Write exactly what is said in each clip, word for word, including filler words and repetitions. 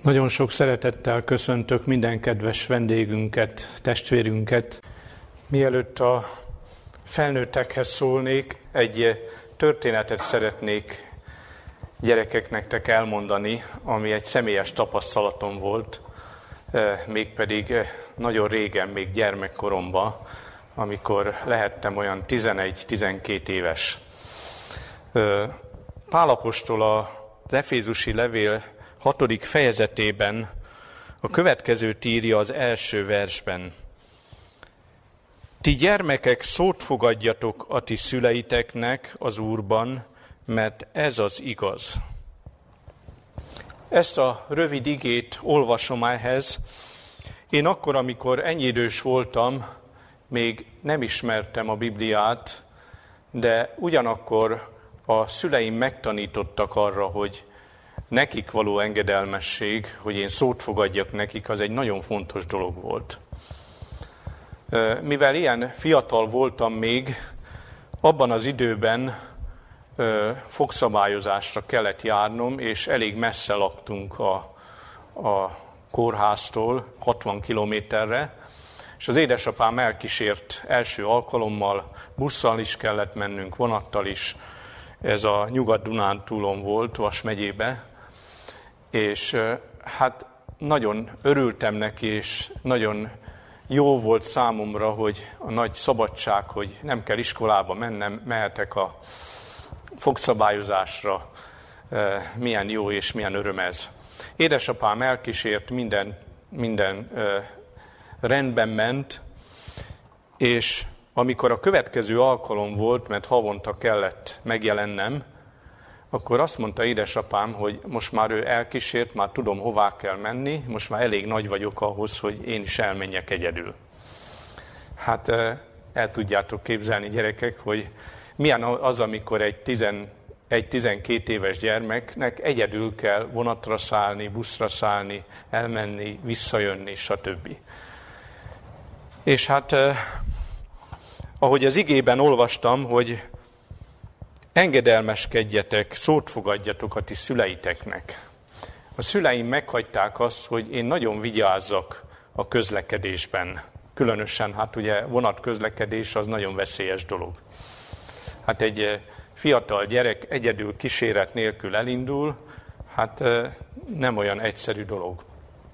Nagyon sok szeretettel köszöntök minden kedves vendégünket, testvérünket. Mielőtt a felnőttekhez szólnék, egy történetet szeretnék gyerekek nektek elmondani, ami egy személyes tapasztalatom volt, mégpedig nagyon régen, még gyermekkoromban, amikor lehettem olyan tizenegy-tizenkét éves. Pál apostol az Efézusi levél hatodik fejezetében a következőt írja az első versben. Ti gyermekek, szót fogadjatok a ti szüleiteknek az Úrban, mert ez az igaz. Ezt a rövid igét olvasom ehhez. Én akkor, amikor ennyi idős voltam, még nem ismertem a Bibliát, de ugyanakkor a szüleim megtanítottak arra, hogy nekik való engedelmesség, hogy én szót fogadjak nekik, az egy nagyon fontos dolog volt. Mivel ilyen fiatal voltam még, abban az időben fogszabályozásra kellett járnom, és elég messze laktunk a, a kórháztól, hatvan kilométerre, és az édesapám elkísért első alkalommal, busszal is kellett mennünk, vonattal is, ez a Nyugat-Dunántúlon volt, Vas megyébe, és hát nagyon örültem neki, és nagyon jó volt számomra, hogy a nagy szabadság, hogy nem kell iskolába mennem, mehetek a fogszabályozásra, milyen jó és milyen öröm ez. Édesapám elkísért, minden, minden rendben ment, és amikor a következő alkalom volt, mert havonta kellett megjelennem, akkor azt mondta édesapám, hogy most már ő elkísért, már tudom, hová kell menni, most már elég nagy vagyok ahhoz, hogy én is elmenjek egyedül. Hát el tudjátok képzelni, gyerekek, hogy milyen az, amikor egy tizenegy-tizenkét éves gyermeknek egyedül kell vonatra szállni, buszra szállni, elmenni, visszajönni, stb. És hát, ahogy az igében olvastam, hogy engedelmeskedjetek, szót fogadjatok a ti szüleiteknek. A szüleim meghagyták azt, hogy én nagyon vigyázzak a közlekedésben. Különösen, hát ugye vonatközlekedés az nagyon veszélyes dolog. Hát egy fiatal gyerek egyedül kíséret nélkül elindul, hát nem olyan egyszerű dolog.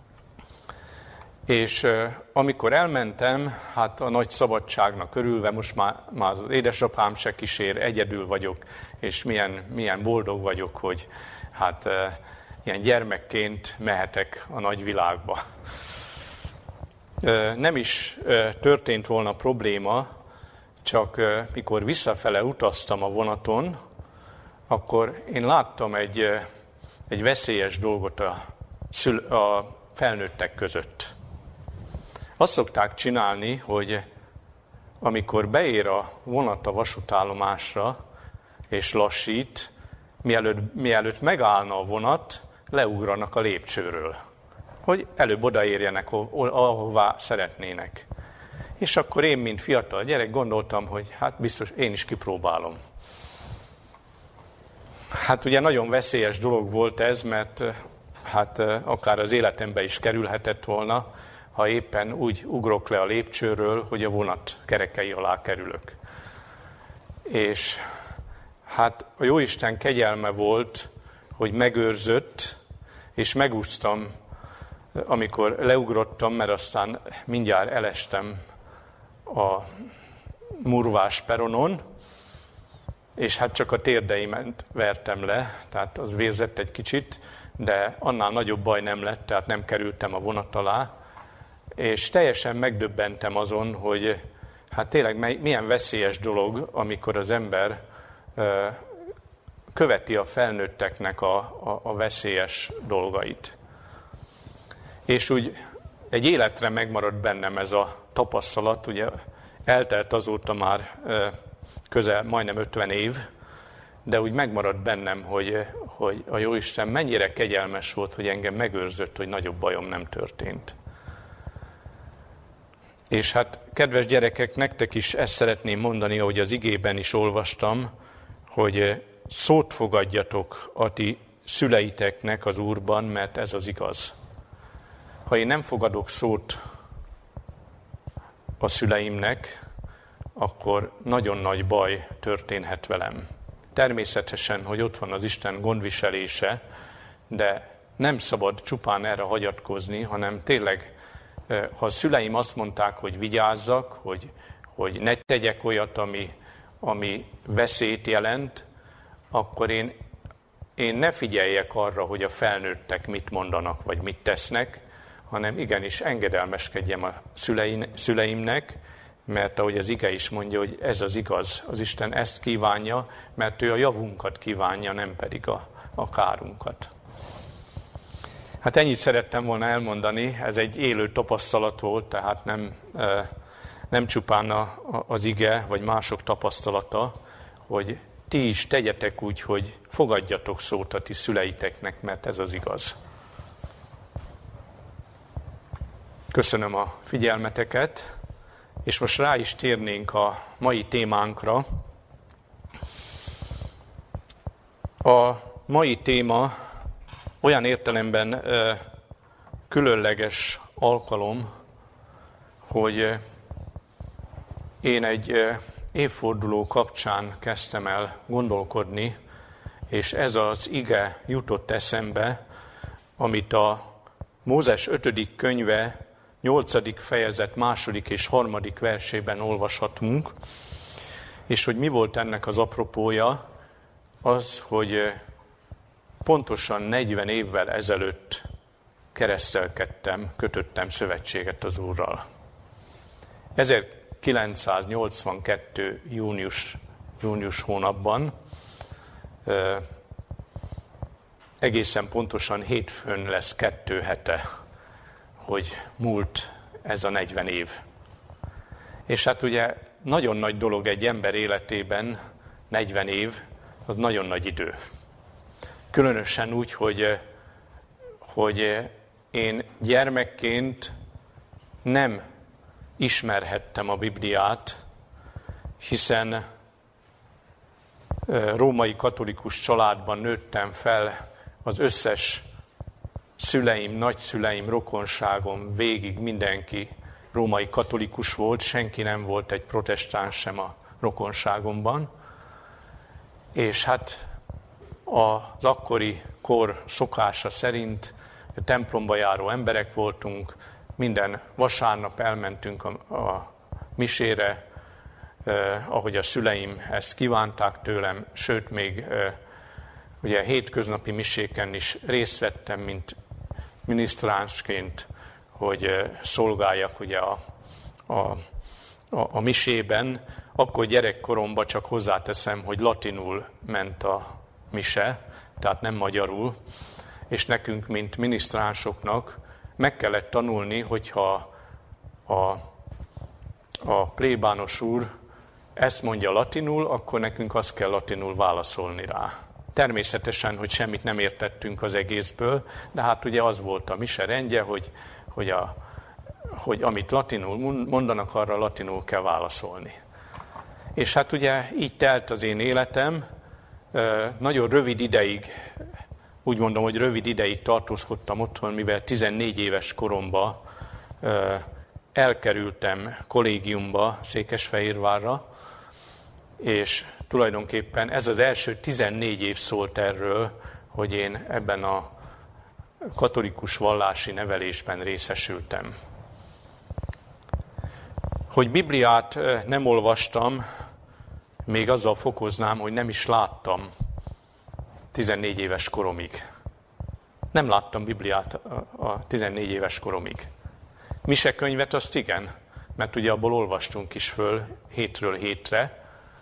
És amikor elmentem, hát a nagy szabadságnak örülve, most már, már az édesapám se kísér, egyedül vagyok, és milyen, milyen boldog vagyok, hogy hát ilyen gyermekként mehetek a nagy világba. Nem is történt volna probléma, csak mikor visszafele utaztam a vonaton, akkor én láttam egy, egy veszélyes dolgot a, szül- a felnőttek között. Azt szokták csinálni, hogy amikor beér a vonat a vasútállomásra és lassít, mielőtt, mielőtt megállna a vonat, leugranak a lépcsőről, hogy előbb odaérjenek, ahová szeretnének. És akkor én, mint fiatal gyerek, gondoltam, hogy hát biztos én is kipróbálom. Hát ugye nagyon veszélyes dolog volt ez, mert hát akár az életembe is kerülhetett volna, ha éppen úgy ugrok le a lépcsőről, hogy a vonat kerekei alá kerülök. És hát a Jóisten kegyelme volt, hogy megőrzött, és megúsztam, amikor leugrottam, mert aztán mindjárt elestem a murvás peronon, és hát csak a térdeimet vertem le, tehát az vérzett egy kicsit, de annál nagyobb baj nem lett, tehát nem kerültem a vonat alá, és teljesen megdöbbentem azon, hogy hát tényleg milyen veszélyes dolog, amikor az ember követi a felnőtteknek a, a, a veszélyes dolgait. És úgy egy életre megmaradt bennem ez a tapasztalat, ugye eltelt azóta már közel majdnem ötven év, de úgy megmaradt bennem, hogy, hogy a Jóisten mennyire kegyelmes volt, hogy engem megőrzött, hogy nagyobb bajom nem történt. És hát, kedves gyerekek, nektek is ezt szeretném mondani, ahogy az igében is olvastam, hogy szót fogadjatok a ti szüleiteknek az Úrban, mert ez az igaz. Ha én nem fogadok szót a szüleimnek, akkor nagyon nagy baj történhet velem. Természetesen, hogy ott van az Isten gondviselése, de nem szabad csupán erre hagyatkozni, hanem tényleg, ha a szüleim azt mondták, hogy vigyázzak, hogy, hogy ne tegyek olyat, ami, ami veszélyt jelent, akkor én, én ne figyeljek arra, hogy a felnőttek mit mondanak, vagy mit tesznek, hanem igenis engedelmeskedjem a szüleim, szüleimnek, mert ahogy az ige is mondja, hogy ez az igaz, az Isten ezt kívánja, mert ő a javunkat kívánja, nem pedig a, a kárunkat. Hát ennyit szerettem volna elmondani, ez egy élő tapasztalat volt, tehát nem, nem csupán az ige, vagy mások tapasztalata, hogy ti is tegyetek úgy, hogy fogadjatok szót a ti szüleiteknek, mert ez az igaz. Köszönöm a figyelmeteket, és most rá is térnénk a mai témánkra. A mai téma olyan értelemben ö, különleges alkalom, hogy ö, én egy ö, évforduló kapcsán kezdtem el gondolkodni, és ez az ige jutott eszembe, amit a Mózes ötödik könyve nyolcadik fejezet második és harmadik versében olvashatunk, és hogy mi volt ennek az apropója, az, hogy pontosan negyven évvel ezelőtt keresztelkedtem, kötöttem szövetséget az Úrral. ezerkilencszáznyolcvankettő. június, június hónapban, egészen pontosan hétfőn lesz kettő hete, hogy múlt ez a negyven év. És hát ugye nagyon nagy dolog egy ember életében, negyven év, az nagyon nagy idő. Különösen úgy, hogy, hogy én gyermekként nem ismerhettem a Bibliát, hiszen római katolikus családban nőttem fel, az összes szüleim, nagyszüleim, rokonságom, végig mindenki római katolikus volt, senki nem volt egy protestáns sem a rokonságomban. És hát az akkori kor szokása szerint a templomba járó emberek voltunk, minden vasárnap elmentünk a, a misére, eh, ahogy a szüleim ezt kívánták tőlem, sőt még eh, ugye hétköznapi miséken is részt vettem, mint minisztránsként, hogy szolgáljak ugye a, a, a, a misében. Akkor gyerekkoromban csak hozzáteszem, hogy latinul ment a mise, tehát nem magyarul, és nekünk, mint minisztránsoknak meg kellett tanulni, hogyha a, a plébános úr ezt mondja latinul, akkor nekünk azt kell latinul válaszolni rá. Természetesen, hogy semmit nem értettünk az egészből, de hát ugye az volt a mise rendje, hogy, hogy, a, hogy amit latinul mondanak, arra latinul kell válaszolni. És hát ugye így telt az én életem, nagyon rövid ideig, úgy mondom, hogy rövid ideig tartózkodtam otthon, mivel tizennégy éves koromban elkerültem kollégiumba, Székesfehérvárra, és tulajdonképpen ez az első tizennégy év szólt erről, hogy én ebben a katolikus vallási nevelésben részesültem. Hogy Bibliát nem olvastam, még azzal fokoznám, hogy nem is láttam tizennégy éves koromig. Nem láttam Bibliát a tizennégy éves koromig. Misekönyvet azt igen, mert ugye abból olvastunk is föl hétről hétre,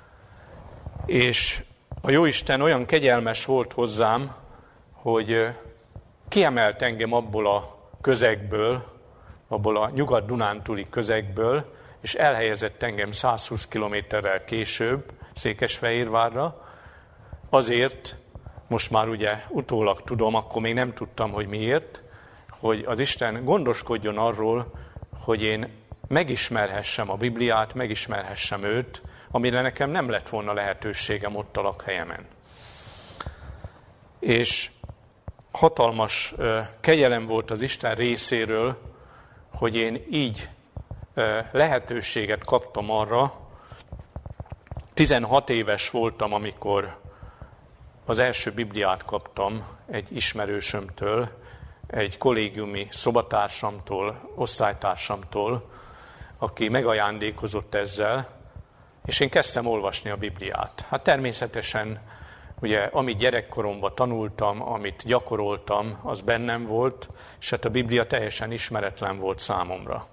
és a Jóisten olyan kegyelmes volt hozzám, hogy kiemelt engem abból a közegből, abból a nyugat-dunántúli közegből, és elhelyezett engem százhúsz kilométerrel később Székesfehérvárra. Azért, most már ugye utólag tudom, akkor még nem tudtam, hogy miért, hogy az Isten gondoskodjon arról, hogy én megismerhessem a Bibliát, megismerhessem őt, amire nekem nem lett volna lehetőségem ott a lakhelyemen. És hatalmas kegyelem volt az Isten részéről, hogy én így lehetőséget kaptam arra. tizenhat éves voltam, amikor az első Bibliát kaptam egy ismerősömtől, egy kollégiumi szobatársamtól, osztálytársamtól, aki megajándékozott ezzel, és én kezdtem olvasni a Bibliát. Hát természetesen, ugye, amit gyerekkoromban tanultam, amit gyakoroltam, az bennem volt, és hát a Biblia teljesen ismeretlen volt számomra.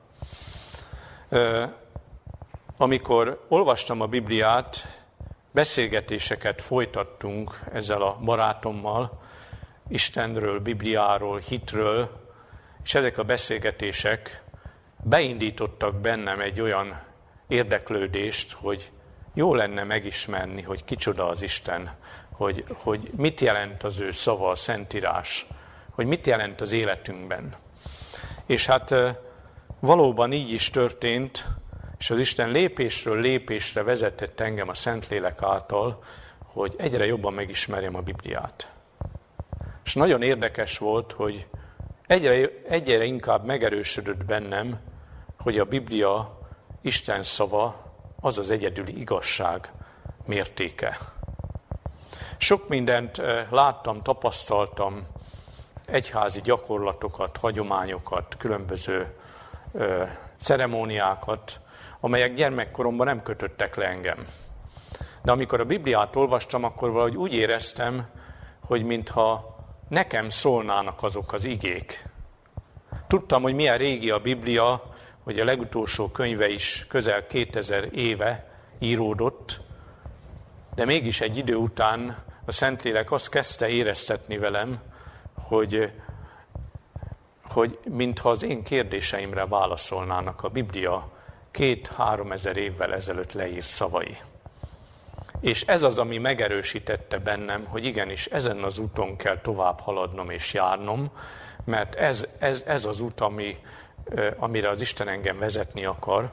Amikor olvastam a Bibliát, beszélgetéseket folytattunk ezzel a barátommal, Istenről, Bibliáról, hitről, és ezek a beszélgetések beindítottak bennem egy olyan érdeklődést, hogy jó lenne megismerni, hogy kicsoda az Isten, hogy, hogy mit jelent az ő szava, a Szentírás, hogy mit jelent az életünkben. És hát valóban így is történt, és az Isten lépésről lépésre vezetett engem a Szentlélek által, hogy egyre jobban megismerjem a Bibliát. És nagyon érdekes volt, hogy egyre, egyre inkább megerősödött bennem, hogy a Biblia, Isten szava, az az egyedüli igazság mértéke. Sok mindent láttam, tapasztaltam, egyházi gyakorlatokat, hagyományokat, különböző ö, ceremóniákat, amelyek gyermekkoromban nem kötöttek le engem. De amikor a Bibliát olvastam, akkor valahogy úgy éreztem, hogy mintha nekem szólnának azok az igék. Tudtam, hogy milyen régi a Biblia, hogy a legutolsó könyve is közel kétezer éve íródott, de mégis egy idő után a Szentlélek azt kezdte éreztetni velem, hogy, hogy mintha az én kérdéseimre válaszolnának a Biblia két-három ezer évvel ezelőtt leírt szavai. És ez az, ami megerősítette bennem, hogy igenis ezen az úton kell tovább haladnom és járnom, mert ez, ez, ez az út, ami, amire az Isten engem vezetni akar.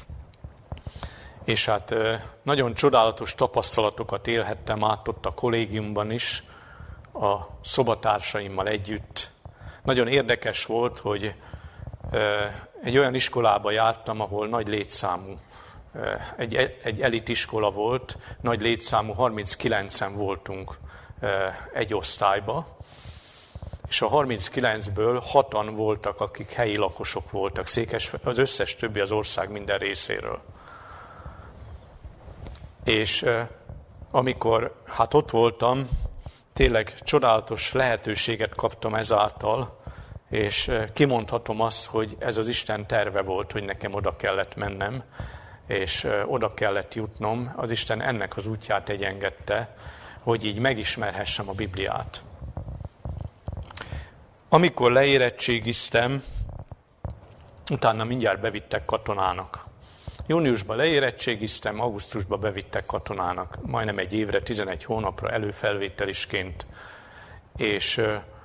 És hát nagyon csodálatos tapasztalatokat élhettem át ott a kollégiumban is, a szobatársaimmal együtt. Nagyon érdekes volt, hogy egy olyan iskolába jártam, ahol nagy létszámú, egy, egy elit iskola volt, nagy létszámú, harminckilencen voltunk egy osztályba, és a harminckilencből hatan voltak, akik helyi lakosok voltak, Székes, az összes többi az ország minden részéről. És amikor hát ott voltam, tényleg csodálatos lehetőséget kaptam ezáltal, és kimondhatom azt, hogy ez az Isten terve volt, hogy nekem oda kellett mennem, és oda kellett jutnom. Az Isten ennek az útját egyengedte, hogy így megismerhessem a Bibliát. Amikor leérettségiztem, utána mindjárt bevittek katonának. Júniusban leérettségiztem, augusztusban bevittek katonának, majdnem egy évre, tizenegy hónapra előfelvételisként, és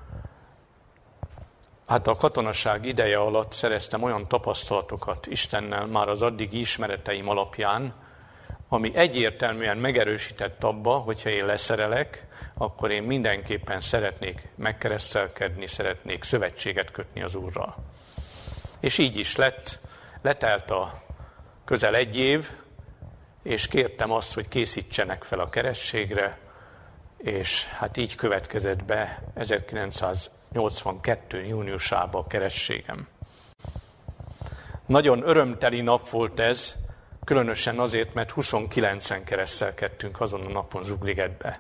hát a katonaság ideje alatt szereztem olyan tapasztalatokat Istennel már az addigi ismereteim alapján, ami egyértelműen megerősített abba, hogyha én leszerelek, akkor én mindenképpen szeretnék megkeresztelkedni, szeretnék szövetséget kötni az Úrral. És így is lett, letelt a közel egy év, és kértem azt, hogy készítsenek fel a keresztségre, és hát így következett be ezerkilencszáznyolcvankettő júniusában a keresztségem. Nagyon örömteli nap volt ez, különösen azért, mert huszonkilencen keresztelkedtünk azon a napon Zugligetbe.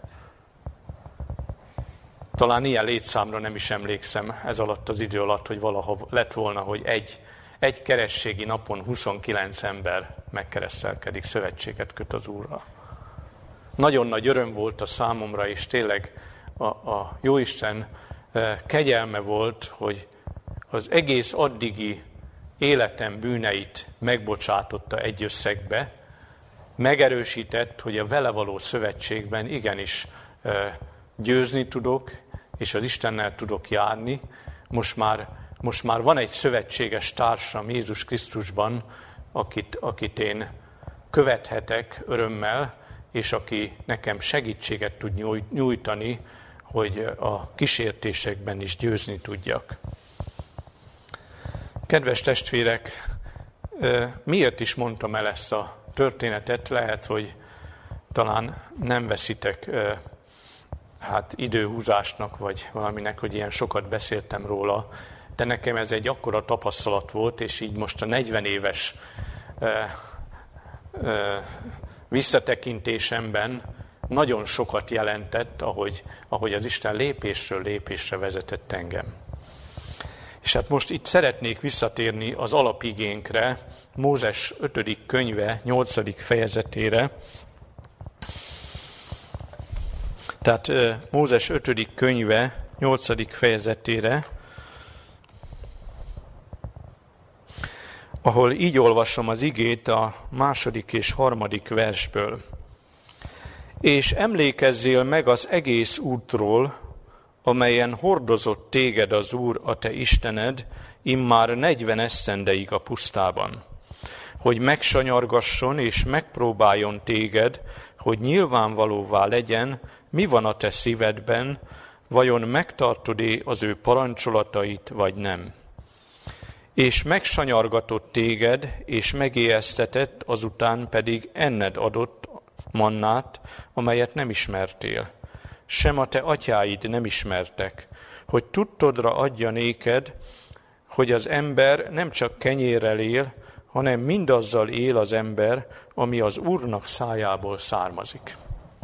Talán ilyen létszámra nem is emlékszem ez alatt az idő alatt, hogy valaha lett volna, hogy egy, egy keresztségi napon huszonkilenc ember megkeresztelkedik, szövetséget köt az Úrral. Nagyon nagy öröm volt a számomra, és tényleg a, a Jóisten kegyelme volt, hogy az egész addigi életem bűneit megbocsátotta egy összegbe, megerősített, hogy a vele való szövetségben igenis győzni tudok, és az Istennel tudok járni. Most már, most már van egy szövetséges társam Jézus Krisztusban, akit, akit én követhetek örömmel, és aki nekem segítséget tud nyújtani, hogy a kísértésekben is győzni tudjak. Kedves testvérek, miért is mondtam el ezt a történetet? Lehet, hogy talán nem veszitek hát időhúzásnak, vagy valaminek, hogy ilyen sokat beszéltem róla, de nekem ez egy akkora tapasztalat volt, és így most a negyven éves visszatekintésemben nagyon sokat jelentett, ahogy, ahogy az Isten lépésről lépésre vezetett engem. És hát most itt szeretnék visszatérni az alapigénkre, Mózes ötödik könyve, nyolcadik fejezetére. Tehát Mózes ötödik könyve, nyolcadik fejezetére, ahol így olvasom az igét a második és harmadik versből. És emlékezzél meg az egész útról, amelyen hordozott téged az Úr, a te Istened, immár negyven esztendeig a pusztában, hogy megsanyargasson és megpróbáljon téged, hogy nyilvánvalóvá legyen, mi van a te szívedben, vajon megtartod-e az ő parancsolatait, vagy nem. És megsanyargatott téged, és megéheztetett, azután pedig enned adott mannát, amelyet nem ismertél. Sem a te atyáid nem ismertek, hogy tudtodra adja néked, hogy az ember nem csak kenyérrel él, hanem mindazzal él az ember, ami az Úrnak szájából származik.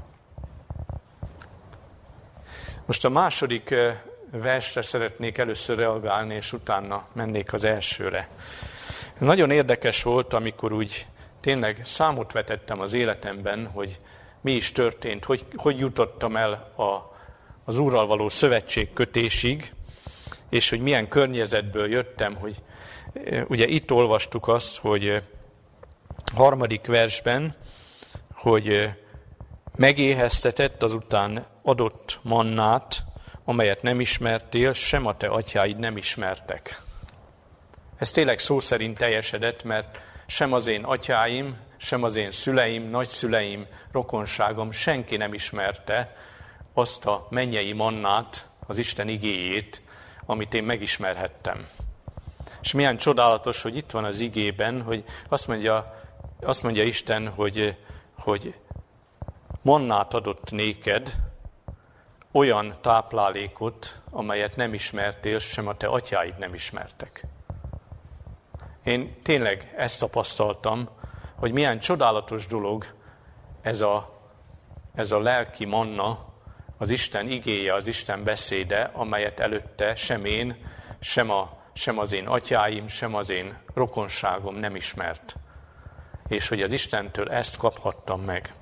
Most a második versre szeretnék először reagálni, és utána mennék az elsőre. Nagyon érdekes volt, amikor úgy tényleg számot vetettem az életemben, hogy mi is történt, hogy, hogy jutottam el a, az Úrral való szövetségkötésig, és hogy milyen környezetből jöttem, hogy ugye itt olvastuk azt, hogy harmadik versben, hogy megéheztetett, azután adott mannát, amelyet nem ismertél, sem a te atyáid nem ismertek. Ez tényleg szó szerint teljesedett, mert sem az én atyáim, sem az én szüleim, nagyszüleim, rokonságom, senki nem ismerte azt a mennyei mannát, az Isten igéjét, amit én megismerhettem. És milyen csodálatos, hogy itt van az igében, hogy azt mondja, azt mondja Isten, hogy, hogy mannát adott néked, olyan táplálékot, amelyet nem ismertél, sem a te atyáid nem ismertek. Én tényleg ezt tapasztaltam, hogy milyen csodálatos dolog ez a, ez a lelki manna, az Isten igéje, az Isten beszéde, amelyet előtte sem én, sem, a, sem az én atyáim, sem az én rokonságom nem ismert. És hogy az Istentől ezt kaphattam meg.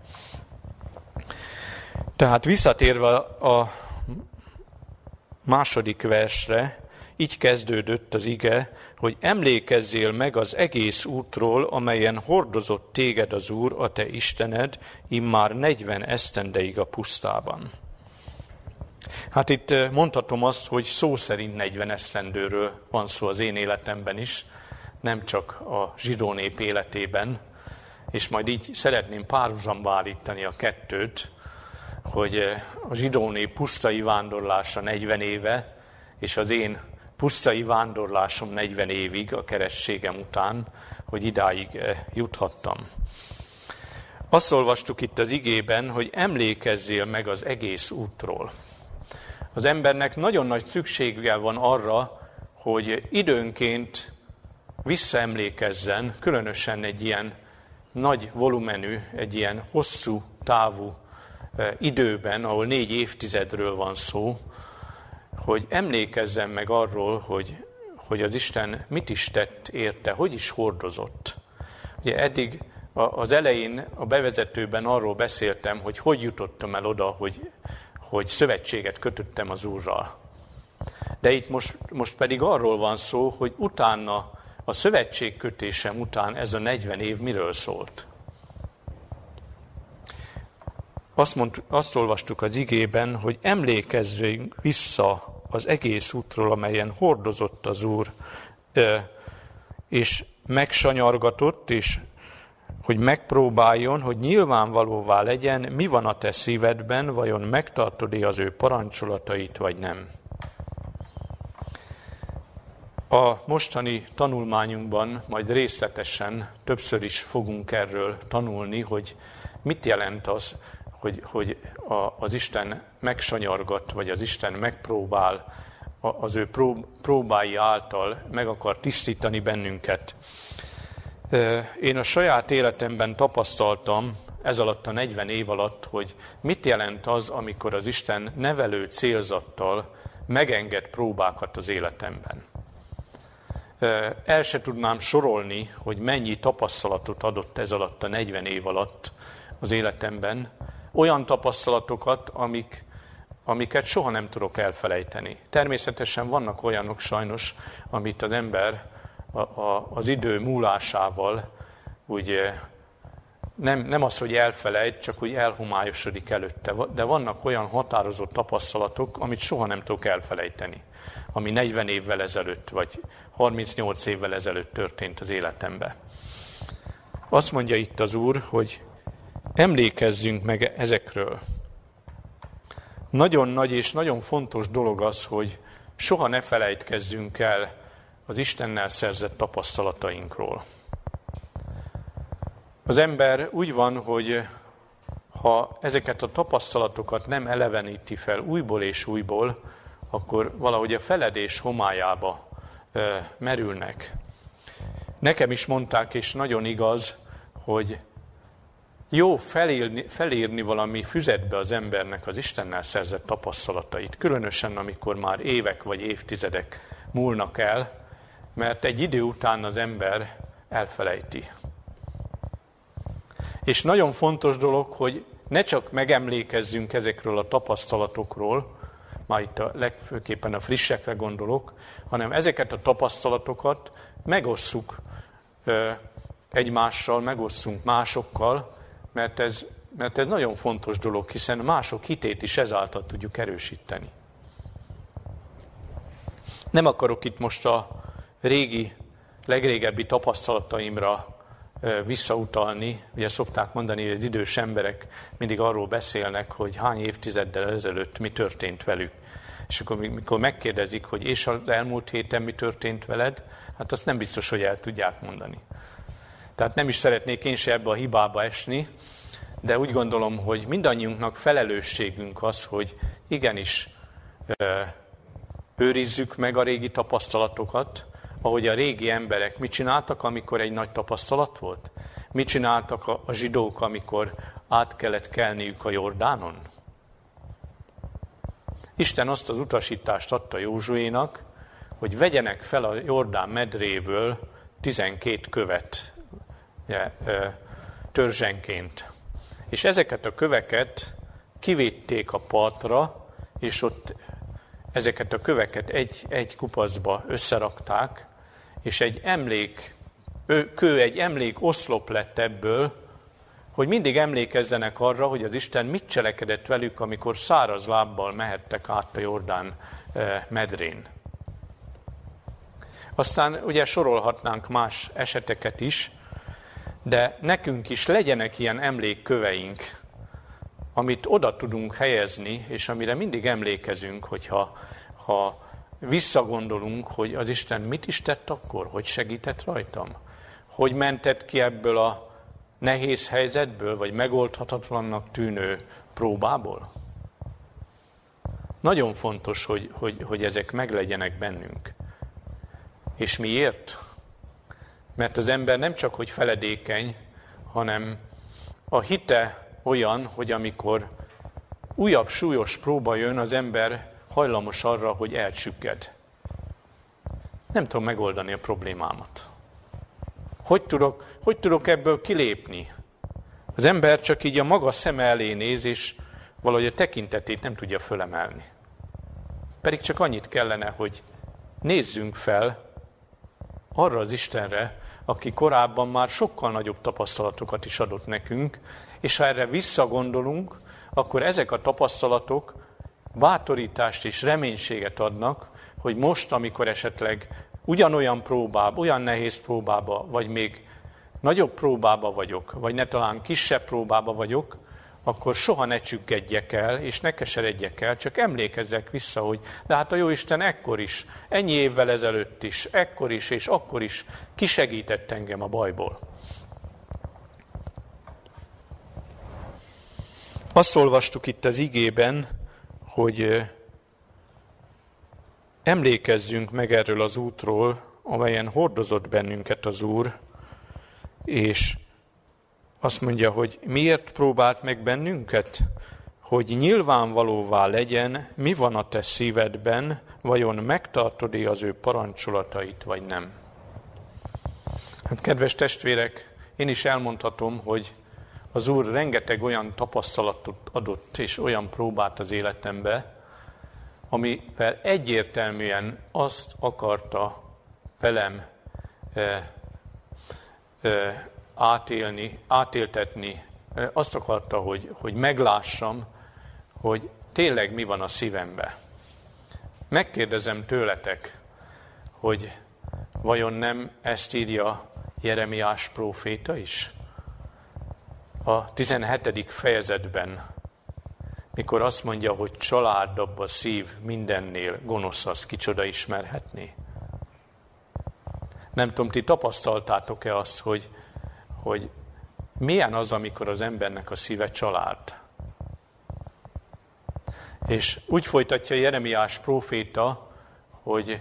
Tehát visszatérve a második versre, így kezdődött az ige, hogy emlékezzél meg az egész útról, amelyen hordozott téged az Úr, a te Istened, immár negyven esztendeig a pusztában. Hát itt mondhatom azt, hogy szó szerint negyven esztendőről van szó az én életemben is, nem csak a zsidó nép életében, és majd így szeretném párhuzamba állítani a kettőt, hogy a zsidó nép pusztai vándorlása negyven éve, és az én pusztai vándorlásom negyven évig a keresztségem után, hogy idáig juthattam. Azt olvastuk itt az igében, hogy emlékezzél meg az egész útról. Az embernek nagyon nagy szüksége van arra, hogy időnként visszaemlékezzen, különösen egy ilyen nagy volumenű, egy ilyen hosszú távú időben, ahol négy évtizedről van szó, hogy emlékezzen meg arról, hogy, hogy az Isten mit is tett érte, hogy is hordozott. Ugye eddig az elején, a bevezetőben arról beszéltem, hogy hogy jutottam el oda, hogy, hogy szövetséget kötöttem az Úrral. De itt most, most pedig arról van szó, hogy utána, a szövetségkötésem után ez a negyven év miről szólt. Azt, mond, azt olvastuk az igében, hogy emlékezzünk vissza az egész útról, amelyen hordozott az Úr, és megsanyargatott, és hogy megpróbáljon, hogy nyilvánvalóvá legyen, mi van a te szívedben, vajon megtartod-e az ő parancsolatait, vagy nem. A mostani tanulmányunkban majd részletesen többször is fogunk erről tanulni, hogy mit jelent az, hogy, hogy a, az Isten megsanyargat, vagy az Isten megpróbál, az ő próbái által meg akar tisztítani bennünket. Én a saját életemben tapasztaltam ez alatt a negyven év alatt, hogy mit jelent az, amikor az Isten nevelő célzattal megenged próbákat az életemben. El se tudnám sorolni, hogy mennyi tapasztalatot adott ez alatt a negyven év alatt az életemben, olyan tapasztalatokat, amik, amiket soha nem tudok elfelejteni. Természetesen vannak olyanok sajnos, amit az ember a, a, az idő múlásával úgy nem, nem az, hogy elfelejt, csak úgy elhomályosodik előtte. De vannak olyan határozott tapasztalatok, amit soha nem tudok elfelejteni, ami negyven évvel ezelőtt, vagy harmincnyolc évvel ezelőtt történt az életemben. Azt mondja itt az Úr, hogy emlékezzünk meg ezekről. Nagyon nagy és nagyon fontos dolog az, hogy soha ne felejtkezzünk el az Istennel szerzett tapasztalatainkról. Az ember úgy van, hogy ha ezeket a tapasztalatokat nem eleveníti fel újból és újból, akkor valahogy a feledés homályába e, merülnek. Nekem is mondták, és nagyon igaz, hogy jó felírni, felírni valami füzetbe az embernek az Istennel szerzett tapasztalatait, különösen amikor már évek vagy évtizedek múlnak el, mert egy idő után az ember elfelejti. És nagyon fontos dolog, hogy ne csak megemlékezzünk ezekről a tapasztalatokról, már itt a legfőképpen a frissekre gondolok, hanem ezeket a tapasztalatokat megosszuk egymással, megosszunk másokkal, mert ez, mert ez nagyon fontos dolog, hiszen mások hitét is ezáltal tudjuk erősíteni. Nem akarok itt most a régi, legrégebbi tapasztalataimra visszautalni. Ugye szokták mondani, hogy az idős emberek mindig arról beszélnek, hogy hány évtizeddel ezelőtt mi történt velük. És akkor mikor megkérdezik, hogy és az elmúlt héten mi történt veled, hát azt nem biztos, hogy el tudják mondani. Tehát nem is szeretnék én se ebbe a hibába esni, de úgy gondolom, hogy mindannyiunknak felelősségünk az, hogy igenis őrizzük meg a régi tapasztalatokat, ahogy a régi emberek mit csináltak, amikor egy nagy tapasztalat volt? Mit csináltak a, a zsidók, amikor át kellett kelniük a Jordánon? Isten azt az utasítást adta Józsuénak, hogy vegyenek fel a Jordán medréből tizenkét követ ja, törzsenként. És ezeket a köveket kivitték a partra, és ott ezeket a köveket egy, egy kupacba összerakták, és egy emlék, kő, egy emlék oszlop lett ebből, hogy mindig emlékezzenek arra, hogy az Isten mit cselekedett velük, amikor száraz lábbal mehettek át a Jordán medrén. Aztán ugye sorolhatnánk más eseteket is, de nekünk is legyenek ilyen emlékköveink, amit oda tudunk helyezni, és amire mindig emlékezünk, hogyha ha visszagondolunk, hogy az Isten mit is tett akkor, hogy segített rajtam, hogy mentett ki ebből a nehéz helyzetből, vagy megoldhatatlannak tűnő próbából. Nagyon fontos, hogy, hogy, hogy ezek meglegyenek bennünk. És miért? Mert az ember nem csak, hogy feledékeny, hanem a hite olyan, hogy amikor újabb súlyos próba jön, az ember hajlamos arra, hogy elcsügged. Nem tudom megoldani a problémámat. Hogy tudok, hogy tudok ebből kilépni? Az ember csak így a maga szeme elé néz, és valahogy a tekintetét nem tudja fölemelni. Pedig csak annyit kellene, hogy nézzünk fel arra az Istenre, aki korábban már sokkal nagyobb tapasztalatokat is adott nekünk, és ha erre visszagondolunk, akkor ezek a tapasztalatok bátorítást és reménységet adnak, hogy most, amikor esetleg ugyanolyan próbába, olyan nehéz próbába, vagy még nagyobb próbába vagyok, vagy ne talán kisebb próbába vagyok, akkor soha ne csüggedjek el, és ne keseredjek el, csak emlékezzek vissza, hogy de hát a Jóisten ekkor is, ennyi évvel ezelőtt is, ekkor is és akkor is kisegített engem a bajból. Azt olvastuk itt az igében, hogy emlékezzünk meg erről az útról, amelyen hordozott bennünket az Úr, és azt mondja, hogy miért próbált meg bennünket? Hogy nyilvánvalóvá legyen, mi van a te szívedben, vajon megtartod-e az ő parancsolatait, vagy nem. Hát, kedves testvérek, én is elmondhatom, hogy az Úr rengeteg olyan tapasztalatot adott, és olyan próbát az életembe, amivel egyértelműen azt akarta velem eh, eh, átélni, átéltetni, eh, azt akarta, hogy, hogy meglássam, hogy tényleg mi van a szívemben. Megkérdezem tőletek, hogy vajon nem ezt írja Jeremiás próféta is? A tizenhetedik fejezetben, mikor azt mondja, hogy családabb a szív mindennél, gonosz az, kicsoda ismerhetné. Nem tudom, ti tapasztaltátok-e azt, hogy, hogy milyen az, amikor az embernek a szíve család. És úgy folytatja Jeremiás próféta, hogy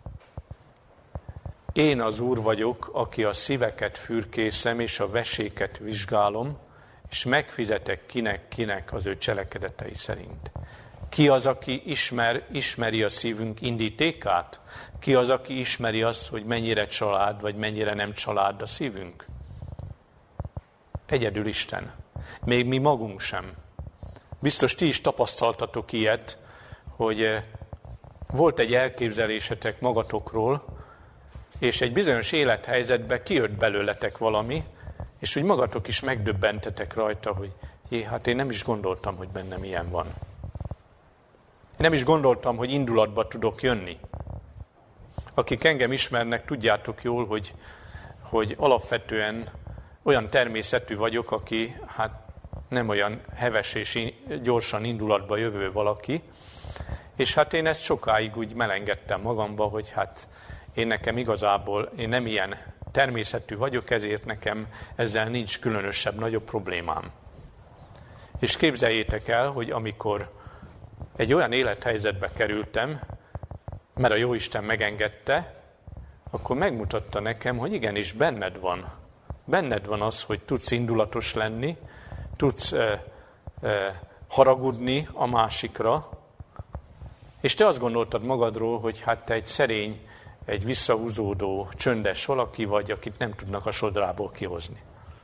én az Úr vagyok, aki a szíveket fürkészem, és a veséket vizsgálom, és megfizetek kinek-kinek az ő cselekedetei szerint. Ki az, aki ismer, ismeri a szívünk indítékát? Ki az, aki ismeri azt, hogy mennyire család, vagy mennyire nem család a szívünk? Egyedül Isten. Még mi magunk sem. Biztos ti is tapasztaltatok ilyet, hogy volt egy elképzelésetek magatokról, és egy bizonyos élethelyzetben kijött belőletek valami, és úgy magatok is megdöbbentetek rajta, hogy jé, hát én nem is gondoltam, hogy bennem ilyen van. Én nem is gondoltam, hogy indulatba tudok jönni. Akik engem ismernek, tudjátok jól, hogy, hogy alapvetően olyan természetű vagyok, aki hát nem olyan heves és gyorsan indulatba jövő valaki, és hát én ezt sokáig úgy melengedtem magamba, hogy hát én nekem igazából, én nem ilyen természetű vagyok, ezért nekem ezzel nincs különösebb, nagyobb problémám. És képzeljétek el, hogy amikor egy olyan élethelyzetbe kerültem, mert a Jóisten megengedte, akkor megmutatta nekem, hogy igenis benned van. Benned van az, hogy tudsz indulatos lenni, tudsz e, e, haragudni a másikra, és te azt gondoltad magadról, hogy hát te egy szerény, egy visszahúzódó, csöndes valaki vagy, akit nem tudnak a sodrából kihozni.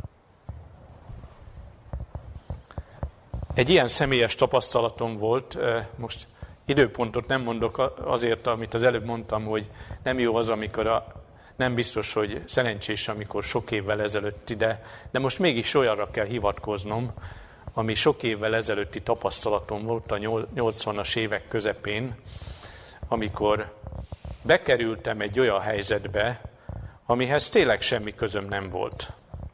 Egy ilyen személyes tapasztalatom volt, most időpontot nem mondok azért, amit az előbb mondtam, hogy nem jó az, amikor a, nem biztos, hogy szerencsés, amikor sok évvel ezelőtt ide, de most mégis olyanra kell hivatkoznom, ami sok évvel ezelőtti tapasztalatom volt a nyolcvanas évek közepén, amikor bekerültem egy olyan helyzetbe, amihez tényleg semmi közöm nem volt.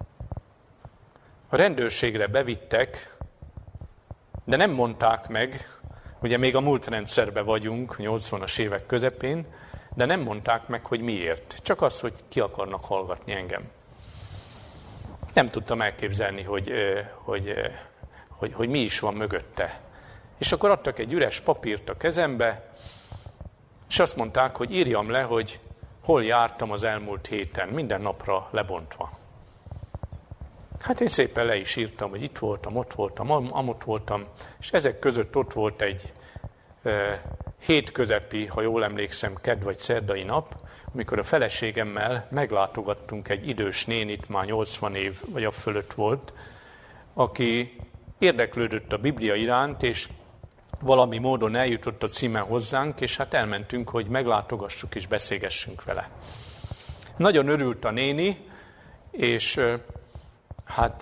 A rendőrségre bevittek, de nem mondták meg, ugye még a múlt rendszerben vagyunk, nyolcvanas évek közepén, de nem mondták meg, hogy miért. Csak az, hogy ki akarnak hallgatni engem. Nem tudtam elképzelni, hogy, hogy, hogy, hogy mi is van mögötte. És akkor adtak egy üres papírt a kezembe, és azt mondták, hogy írjam le, hogy hol jártam az elmúlt héten, minden napra lebontva. Hát én szépen le is írtam, hogy itt voltam, ott voltam, amott voltam, és ezek között ott volt egy e, hétközepi, ha jól emlékszem, kedd vagy szerdai nap, amikor a feleségemmel meglátogattunk egy idős nénit, már nyolcvan év vagy a fölött volt, aki érdeklődött a Biblia iránt, és valami módon eljutott a címe hozzánk, és hát elmentünk, hogy meglátogassuk és beszélgessünk vele. Nagyon örült a néni, és hát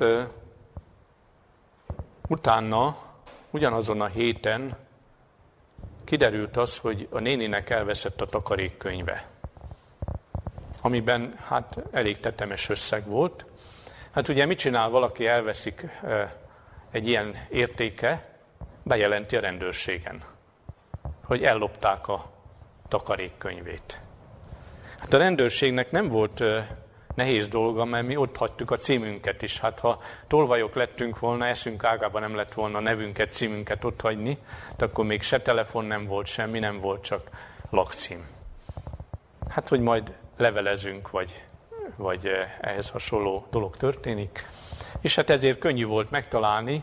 utána, ugyanazon a héten kiderült az, hogy a néninek elveszett a takarékkönyve. amiben hát elég tetemes összeg volt. Hát ugye mit csinál valaki, elveszik egy ilyen értéke, bejelenti a rendőrségen, hogy ellopták a takarékkönyvét. Hát a rendőrségnek nem volt nehéz dolga, mert mi ott hagytuk a címünket is. Hát ha tolvajok lettünk volna, eszünk ágában nem lett volna nevünket, címünket ott hagyni, de akkor még se telefon nem volt, semmi nem volt, csak lakcím. Hát, hogy majd levelezünk, vagy, vagy ehhez hasonló dolog történik. És hát ezért könnyű volt megtalálni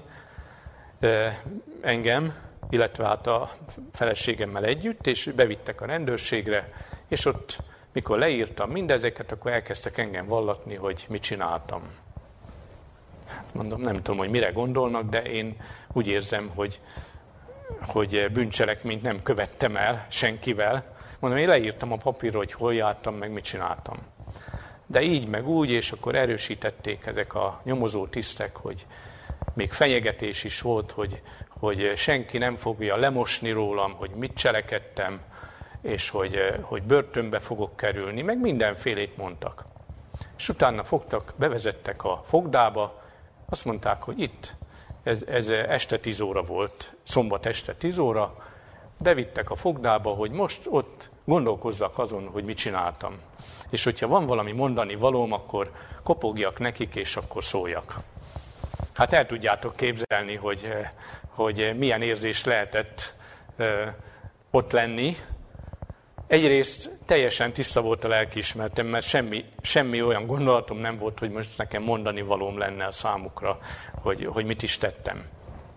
engem, illetve hát a feleségemmel együtt, és bevittek a rendőrségre, és ott, mikor leírtam mindezeket, akkor elkezdtek engem vallatni, hogy mit csináltam. Hát mondom, nem tudom, hogy mire gondolnak, de én úgy érzem, hogy, hogy bűncselekményt nem követtem el senkivel. Mondom, én leírtam a papírra, hogy hol jártam, meg mit csináltam. De így, meg úgy, és akkor erősítették ezek a nyomozó tisztek, hogy még fenyegetés is volt, hogy, hogy senki nem fogja lemosni rólam, hogy mit cselekedtem, és hogy, hogy börtönbe fogok kerülni, meg mindenfélét mondtak. És utána fogtak, bevezettek a fogdába, azt mondták, hogy itt, ez, ez este tíz óra volt, szombat este tíz óra, bevittek a fogdába, hogy most ott gondolkozzak azon, hogy mit csináltam. És hogyha van valami mondani valóm, akkor kopogjak nekik, és akkor szóljak. Hát el tudjátok képzelni, hogy, hogy milyen érzés lehetett ott lenni. Egyrészt teljesen tiszta volt a lelkiismeretem, mert semmi, semmi olyan gondolatom nem volt, hogy most nekem mondani valóm lenne a számukra, hogy, hogy mit is tettem.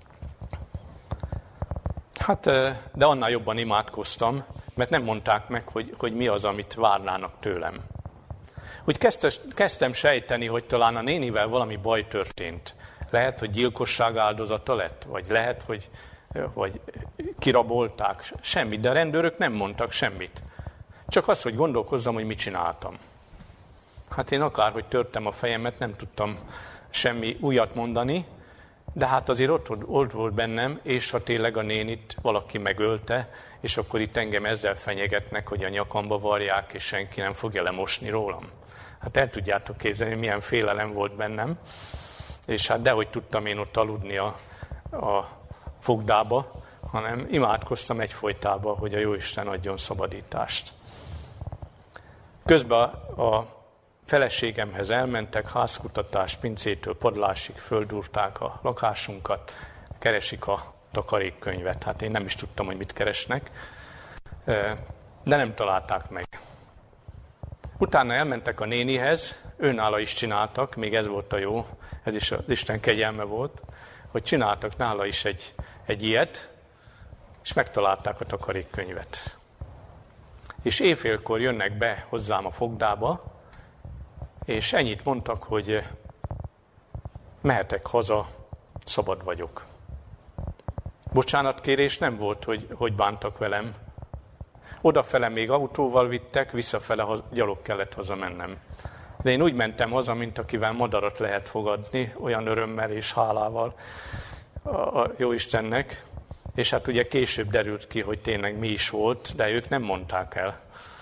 Hát, de annál jobban imádkoztam, mert nem mondták meg, hogy, hogy mi az, amit várnának tőlem. Úgy kezdte, kezdtem sejteni, hogy talán a nénivel valami baj történt. Lehet, hogy gyilkosság áldozata lett, vagy lehet, hogy, hogy kirabolták. Semmit, de a rendőrök nem mondtak semmit. Csak azt, hogy gondolkozzam, hogy mit csináltam. Hát én akárhogy törtem a fejemet, nem tudtam semmi újat mondani, de hát azért ott, ott volt bennem, és ha tényleg a nénit valaki megölte, és akkor itt engem ezzel fenyegetnek, hogy a nyakamba varják, és senki nem fogja lemosni rólam. Hát el tudjátok képzelni, milyen félelem volt bennem, és hát dehogy tudtam én ott aludni a, a fogdába, hanem imádkoztam egyfolytában, hogy a Jóisten adjon szabadítást. Közben a feleségemhez elmentek, házkutatás, pincétől padlásig földúrták a lakásunkat, keresik a takarékkönyvet. Hát én nem is tudtam, hogy mit keresnek, de nem találták meg. Utána elmentek a nénihez, őnála is csináltak, még ez volt a jó, ez is az Isten kegyelme volt, hogy csináltak nála is egy, egy ilyet, és megtalálták a takarékkönyvet. És éjfélkor jönnek be hozzám a fogdába, és ennyit mondtak, hogy mehetek haza, szabad vagyok. Bocsánatkérés nem volt, hogy, hogy bántak velem. Odafele még autóval vittek, visszafele gyalog kellett hazamennem. De én úgy mentem haza, mint akivel madarat lehet fogadni, olyan örömmel és hálával a Jóistennek. És hát ugye később derült ki, hogy tényleg mi is volt, de ők nem mondták el.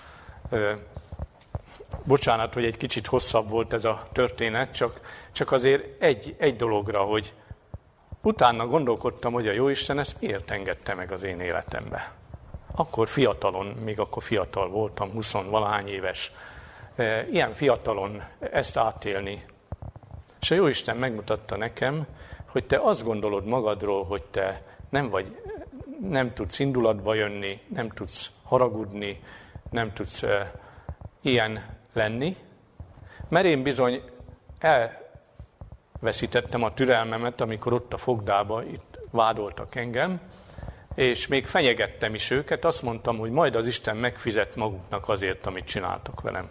Bocsánat, hogy egy kicsit hosszabb volt ez a történet, csak, csak azért egy, egy dologra, hogy utána gondolkodtam, hogy a Jóisten ezt miért engedte meg az én életembe. Akkor fiatalon, még akkor fiatal voltam, huszonvalahány éves, ilyen fiatalon ezt átélni. És a Jóisten megmutatta nekem, hogy te azt gondolod magadról, hogy te nem vagy, nem tudsz indulatba jönni, nem tudsz haragudni, nem tudsz uh, ilyen lenni, mert én bizony elveszítettem a türelmemet, amikor ott a fogdába itt vádoltak engem, és még fenyegettem is őket, azt mondtam, hogy majd az Isten megfizet maguknak azért, amit csináltak velem.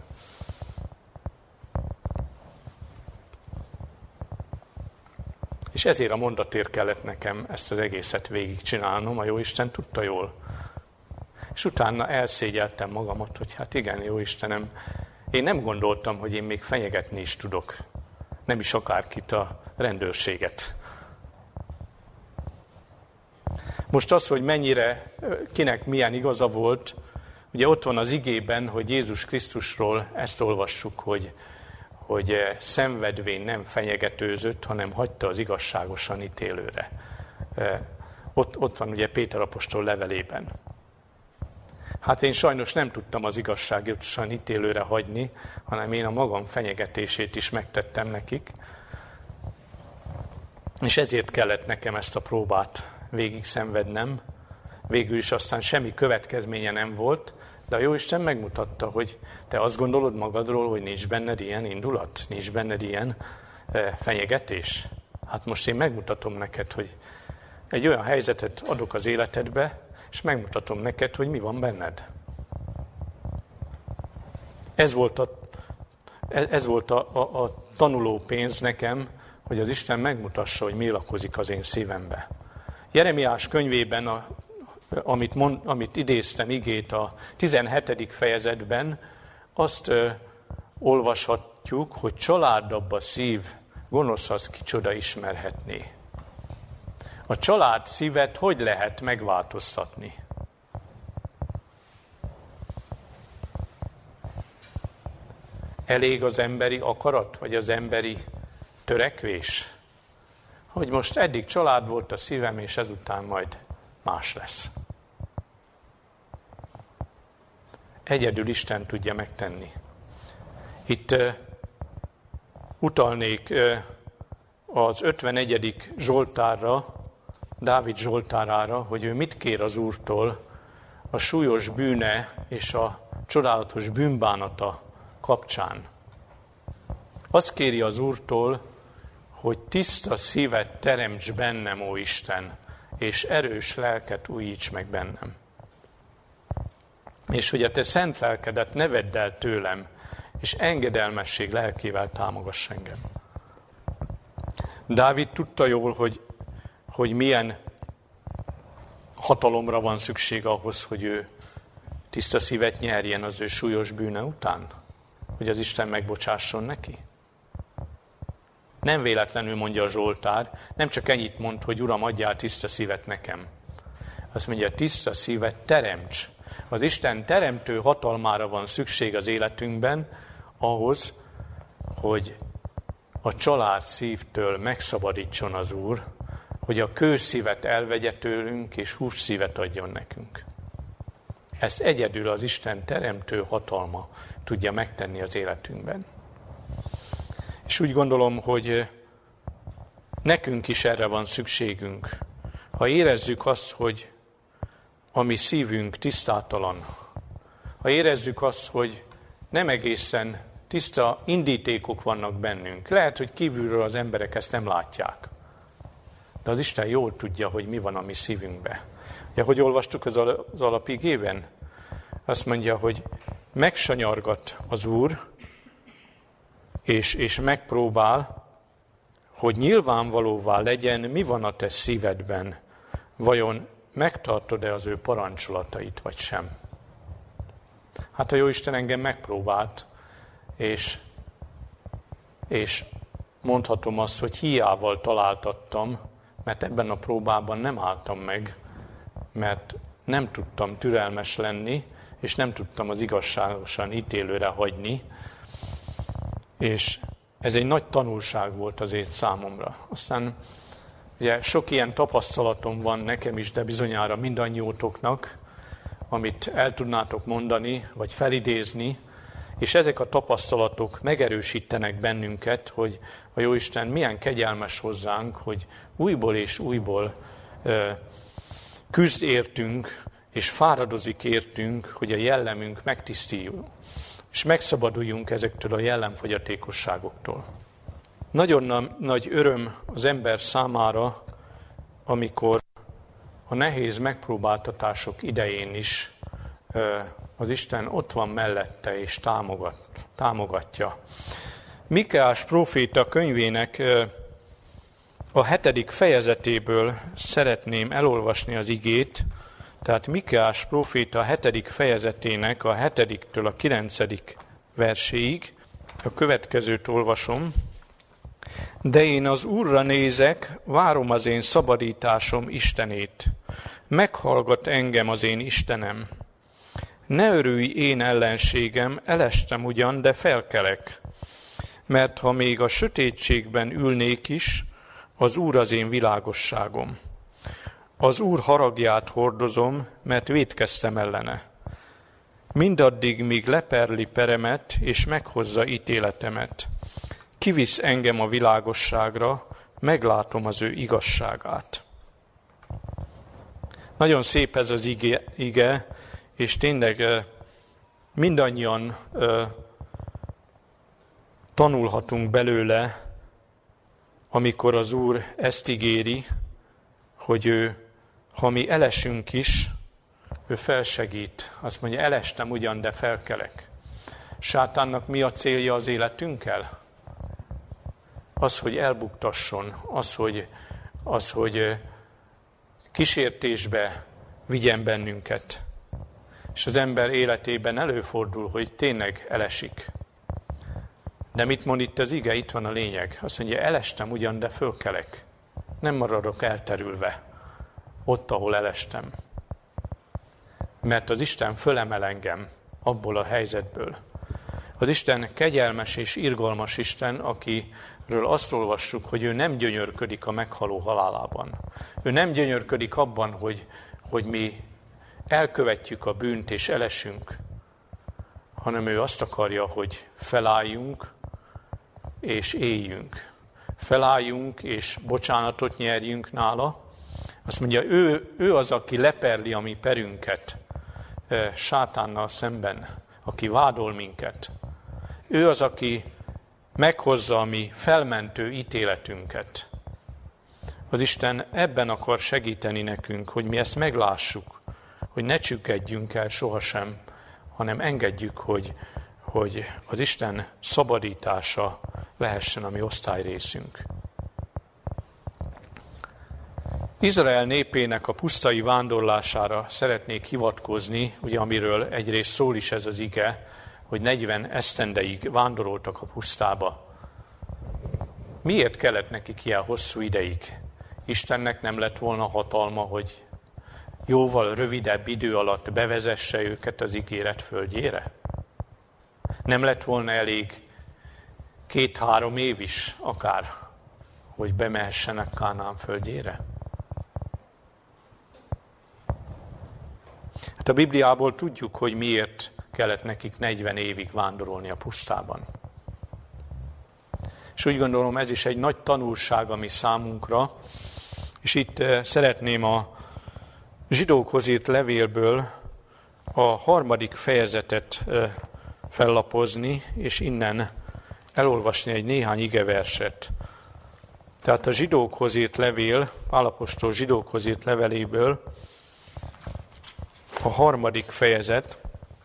És ezért a mondatért kellett nekem ezt az egészet végigcsinálnom, a Jóisten tudta jól. És utána elszégyeltem magamat, hogy hát igen, Jóistenem, én nem gondoltam, hogy én még fenyegetni is tudok. Nem is akárkit, a rendőrséget. Most az, hogy mennyire, kinek milyen igaza volt, Ugye ott van az igében, hogy Jézus Krisztusról ezt olvassuk, hogy, hogy szenvedvén nem fenyegetőzött, hanem hagyta az igazságosan ítélőre. Ott, ott van ugye Péter apostol levelében. Hát én sajnos nem tudtam az igazságosan ítélőre hagyni, hanem én a magam fenyegetését is megtettem nekik. És ezért kellett nekem ezt a próbát végig szenvednem. Végül is aztán semmi következménye nem volt, de a Jóisten megmutatta, hogy te azt gondolod magadról, hogy nincs benned ilyen indulat, nincs benned ilyen fenyegetés. Hát most én megmutatom neked, hogy egy olyan helyzetet adok az életedbe, és megmutatom neked, hogy mi van benned. Ez volt a, ez volt a, a, a tanuló pénz nekem, hogy az Isten megmutassa, hogy mi lakozik az én szívembe. Jeremiás könyvében, a, amit, mond, amit idéztem igét a tizenhetedik fejezetben, azt ö, olvashatjuk, hogy családabb a szív, gonosz az kicsoda ismerhetné. A család szívet hogy lehet megváltoztatni? Elég az emberi akarat, vagy az emberi törekvés? Hogy most eddig család volt a szívem, és ezután majd más lesz. Egyedül Isten tudja megtenni. Itt uh, utalnék uh, az ötvenegyedik Zsoltárra, Dávid Zsoltárára, hogy ő mit kér az Úrtól a súlyos bűne és a csodálatos bűnbánata kapcsán. Azt kéri az Úrtól, hogy tiszta szívet teremts bennem, ó Isten, és erős lelket újíts meg bennem. És hogy a te szent lelkedet ne vedd el tőlem, és engedelmesség lelkével támogass engem. Dávid tudta jól, hogy, hogy milyen hatalomra van szükség ahhoz, hogy ő tiszta szívet nyerjen az ő súlyos bűne után, hogy az Isten megbocsásson neki. Nem véletlenül mondja a Zsoltár, nem csak ennyit mond, hogy Uram, adjál tiszta szívet nekem. Azt mondja, tiszta szívet teremts. Az Isten teremtő hatalmára van szükség az életünkben ahhoz, hogy a család szívtől megszabadítson az Úr, hogy a kőszívet elvegye tőlünk, és hússzívet adjon nekünk. Ezt egyedül az Isten teremtő hatalma tudja megtenni az életünkben. És úgy gondolom, hogy nekünk is erre van szükségünk. Ha érezzük azt, hogy a mi szívünk tisztátalan, ha érezzük azt, hogy nem egészen tiszta indítékok vannak bennünk, lehet, hogy kívülről az emberek ezt nem látják, de az Isten jól tudja, hogy mi van a mi szívünkben. Ugye, hogy olvastuk az alapigében? Azt mondja, hogy megsanyargat az Úr, és, és megpróbál, hogy nyilvánvalóvá legyen, mi van a te szívedben, vajon megtartod-e az ő parancsolatait, vagy sem. Hát a Jóisten engem megpróbált, és, és mondhatom azt, hogy hiával találtattam, mert ebben a próbában nem álltam meg, mert nem tudtam türelmes lenni, és nem tudtam az igazságosan ítélőre hagyni, és ez egy nagy tanulság volt az én számomra. Aztán ugye sok ilyen tapasztalatom van nekem is, de bizonyára mindannyiótoknak, amit el tudnátok mondani, vagy felidézni, és ezek a tapasztalatok megerősítenek bennünket, hogy a Jóisten milyen kegyelmes hozzánk, hogy újból és újból ö, küzd értünk, és fáradozik értünk, hogy a jellemünk megtisztuljon, és megszabaduljunk ezektől a jellemfogyatékosságoktól. Nagyon nagy öröm az ember számára, amikor a nehéz megpróbáltatások idején is az Isten ott van mellette és támogat, támogatja. Mikeás próféta könyvének a hetedik fejezetéből szeretném elolvasni az igét, tehát Mikeás próféta hetedik fejezetének a hetediktől a kilencedik verséig. A következőt olvasom. De én az Úrra nézek, várom az én szabadításom Istenét. Meghallgat engem az én Istenem. Ne örülj én ellenségem, elestem ugyan, de felkelek. Mert ha még a sötétségben ülnék is, az Úr az én világosságom. Az Úr haragját hordozom, mert vétkeztem ellene. Mindaddig, míg leperli peremet, és meghozza ítéletemet. Kivisz engem a világosságra, meglátom az ő igazságát. Nagyon szép ez az ige, ige és tényleg mindannyian tanulhatunk belőle, amikor az Úr ezt ígéri, hogy ő, ha mi elesünk is, ő felsegít. Azt mondja, elestem ugyan, de felkelek. Sátánnak mi a célja az életünkkel? Az, hogy elbuktasson, az, hogy, az, hogy kísértésbe vigyen bennünket. És az ember életében előfordul, hogy tényleg elesik. De mit mond itt az ige? Itt van a lényeg. Azt mondja, elestem ugyan, de fölkelek. Nem maradok elterülve ott, ahol elestem. Mert az Isten fölemel engem abból a helyzetből. Az Isten kegyelmes és irgalmas Isten, akiről azt olvassuk, hogy ő nem gyönyörködik a meghaló halálában. Ő nem gyönyörködik abban, hogy, hogy mi elkövetjük a bűnt és elesünk, hanem ő azt akarja, hogy felálljunk és éljünk. Felálljunk és bocsánatot nyerjünk nála. Azt mondja, ő, ő az, aki leperli a mi perünket sátánnal szemben, aki vádol minket. Ő az, aki meghozza a mi felmentő ítéletünket. Az Isten ebben akar segíteni nekünk, hogy mi ezt meglássuk, hogy ne csüggedjünk el sohasem, hanem engedjük, hogy, hogy az Isten szabadítása lehessen a mi osztályrészünk. Izrael népének a pusztai vándorlására szeretnék hivatkozni, ugye amiről egyrészt szól is ez az ige, hogy negyven esztendeig vándoroltak a pusztába. Miért kellett nekik ilyen hosszú ideig? Istennek nem lett volna hatalma, hogy jóval rövidebb idő alatt bevezesse őket az ígéret földjére? Nem lett volna elég két-három év is akár, hogy bemehessenek Kánaán földjére? Hát a Bibliából tudjuk, hogy miért kellett nekik negyven évig vándorolni a pusztában. És úgy gondolom, ez is egy nagy tanulság a mi számunkra, és itt szeretném a zsidókhoz írt levélből a harmadik fejezetet fellapozni, és innen elolvasni egy néhány igeverset. Tehát a zsidókhoz írt levél, Pál apostol zsidókhoz írt leveléből a harmadik fejezet,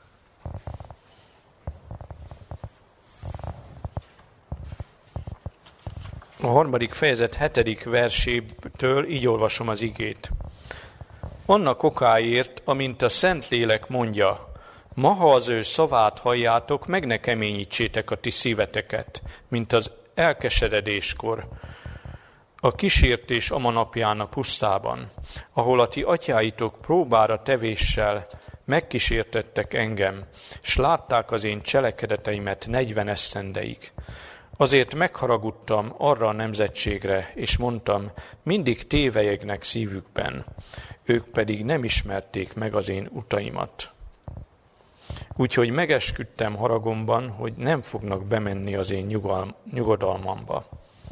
a harmadik fejezet hetedik verséből így olvasom az igét. Annak okáért, amint a Szentlélek mondja, ma, ha az ő szavát halljátok, meg ne keményítsétek a ti szíveteket, mint az elkeseredéskor, a kísértés ama napján a pusztában, ahol a ti atyáitok próbára tevéssel megkísértettek engem, s látták az én cselekedeteimet negyven esztendeig. Azért megharagudtam arra a nemzetségre, és mondtam, mindig tévelyegnek szívükben, ők pedig nem ismerték meg az én utaimat. Úgyhogy megesküdtem haragomban, hogy nem fognak bemenni az én nyugal- nyugodalmamba.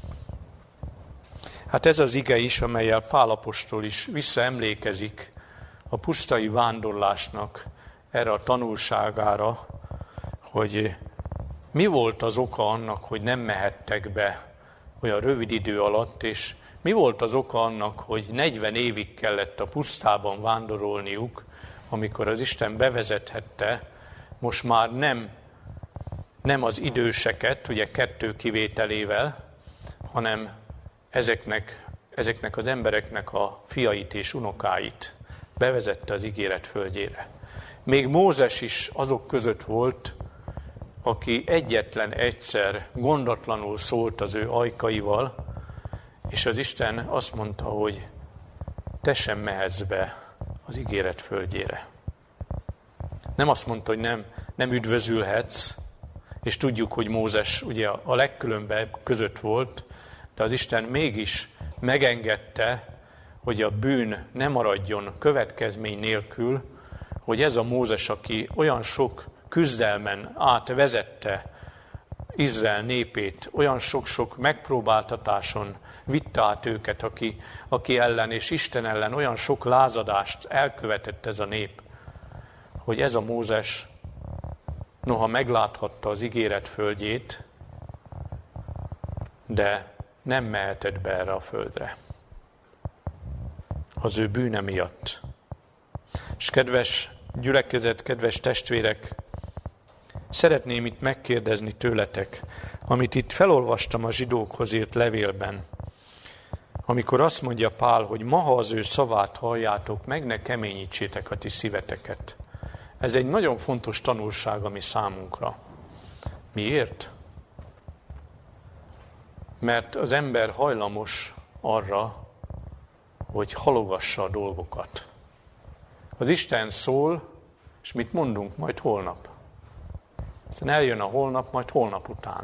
Hát ez az ige is, amellyel Pál apostol is visszaemlékezik a pusztai vándorlásnak erre a tanulságára, hogy mi volt az oka annak, hogy nem mehettek be olyan rövid idő alatt, és mi volt az oka annak, hogy negyven évig kellett a pusztában vándorolniuk, amikor az Isten bevezethette most már nem, nem az időseket, ugye kettő kivételével, hanem ezeknek, ezeknek az embereknek a fiait és unokáit bevezette az ígéret földjére. Még Mózes is azok között volt, aki egyetlen egyszer gondatlanul szólt az ő ajkaival, és az Isten azt mondta, hogy te sem mehetsz be az ígéret földjére. Nem azt mondta, hogy nem, nem üdvözülhetsz, és tudjuk, hogy Mózes ugye a legkülönbebb között volt, de az Isten mégis megengedte, hogy a bűn ne maradjon következmény nélkül, hogy ez a Mózes, aki olyan sok küzdelmen átvezette Izrael népét, olyan sok-sok megpróbáltatáson vitte át őket, aki, aki ellen és Isten ellen olyan sok lázadást elkövetett ez a nép, hogy ez a Mózes noha megláthatta az ígéret földjét, de nem mehetett be erre a földre. Az ő bűne miatt. És kedves gyülekezet, kedves testvérek, szeretném itt megkérdezni tőletek, amit itt felolvastam a zsidókhoz írt levélben, amikor azt mondja Pál, hogy ma, ha az ő szavát halljátok, meg ne keményítsétek a ti szíveteket. Ez egy nagyon fontos tanulság a mi számunkra. Miért? Mert az ember hajlamos arra, hogy halogassa a dolgokat. Az Isten szól, és mit mondunk? Majd holnap. Aztán eljön a holnap, majd holnap után.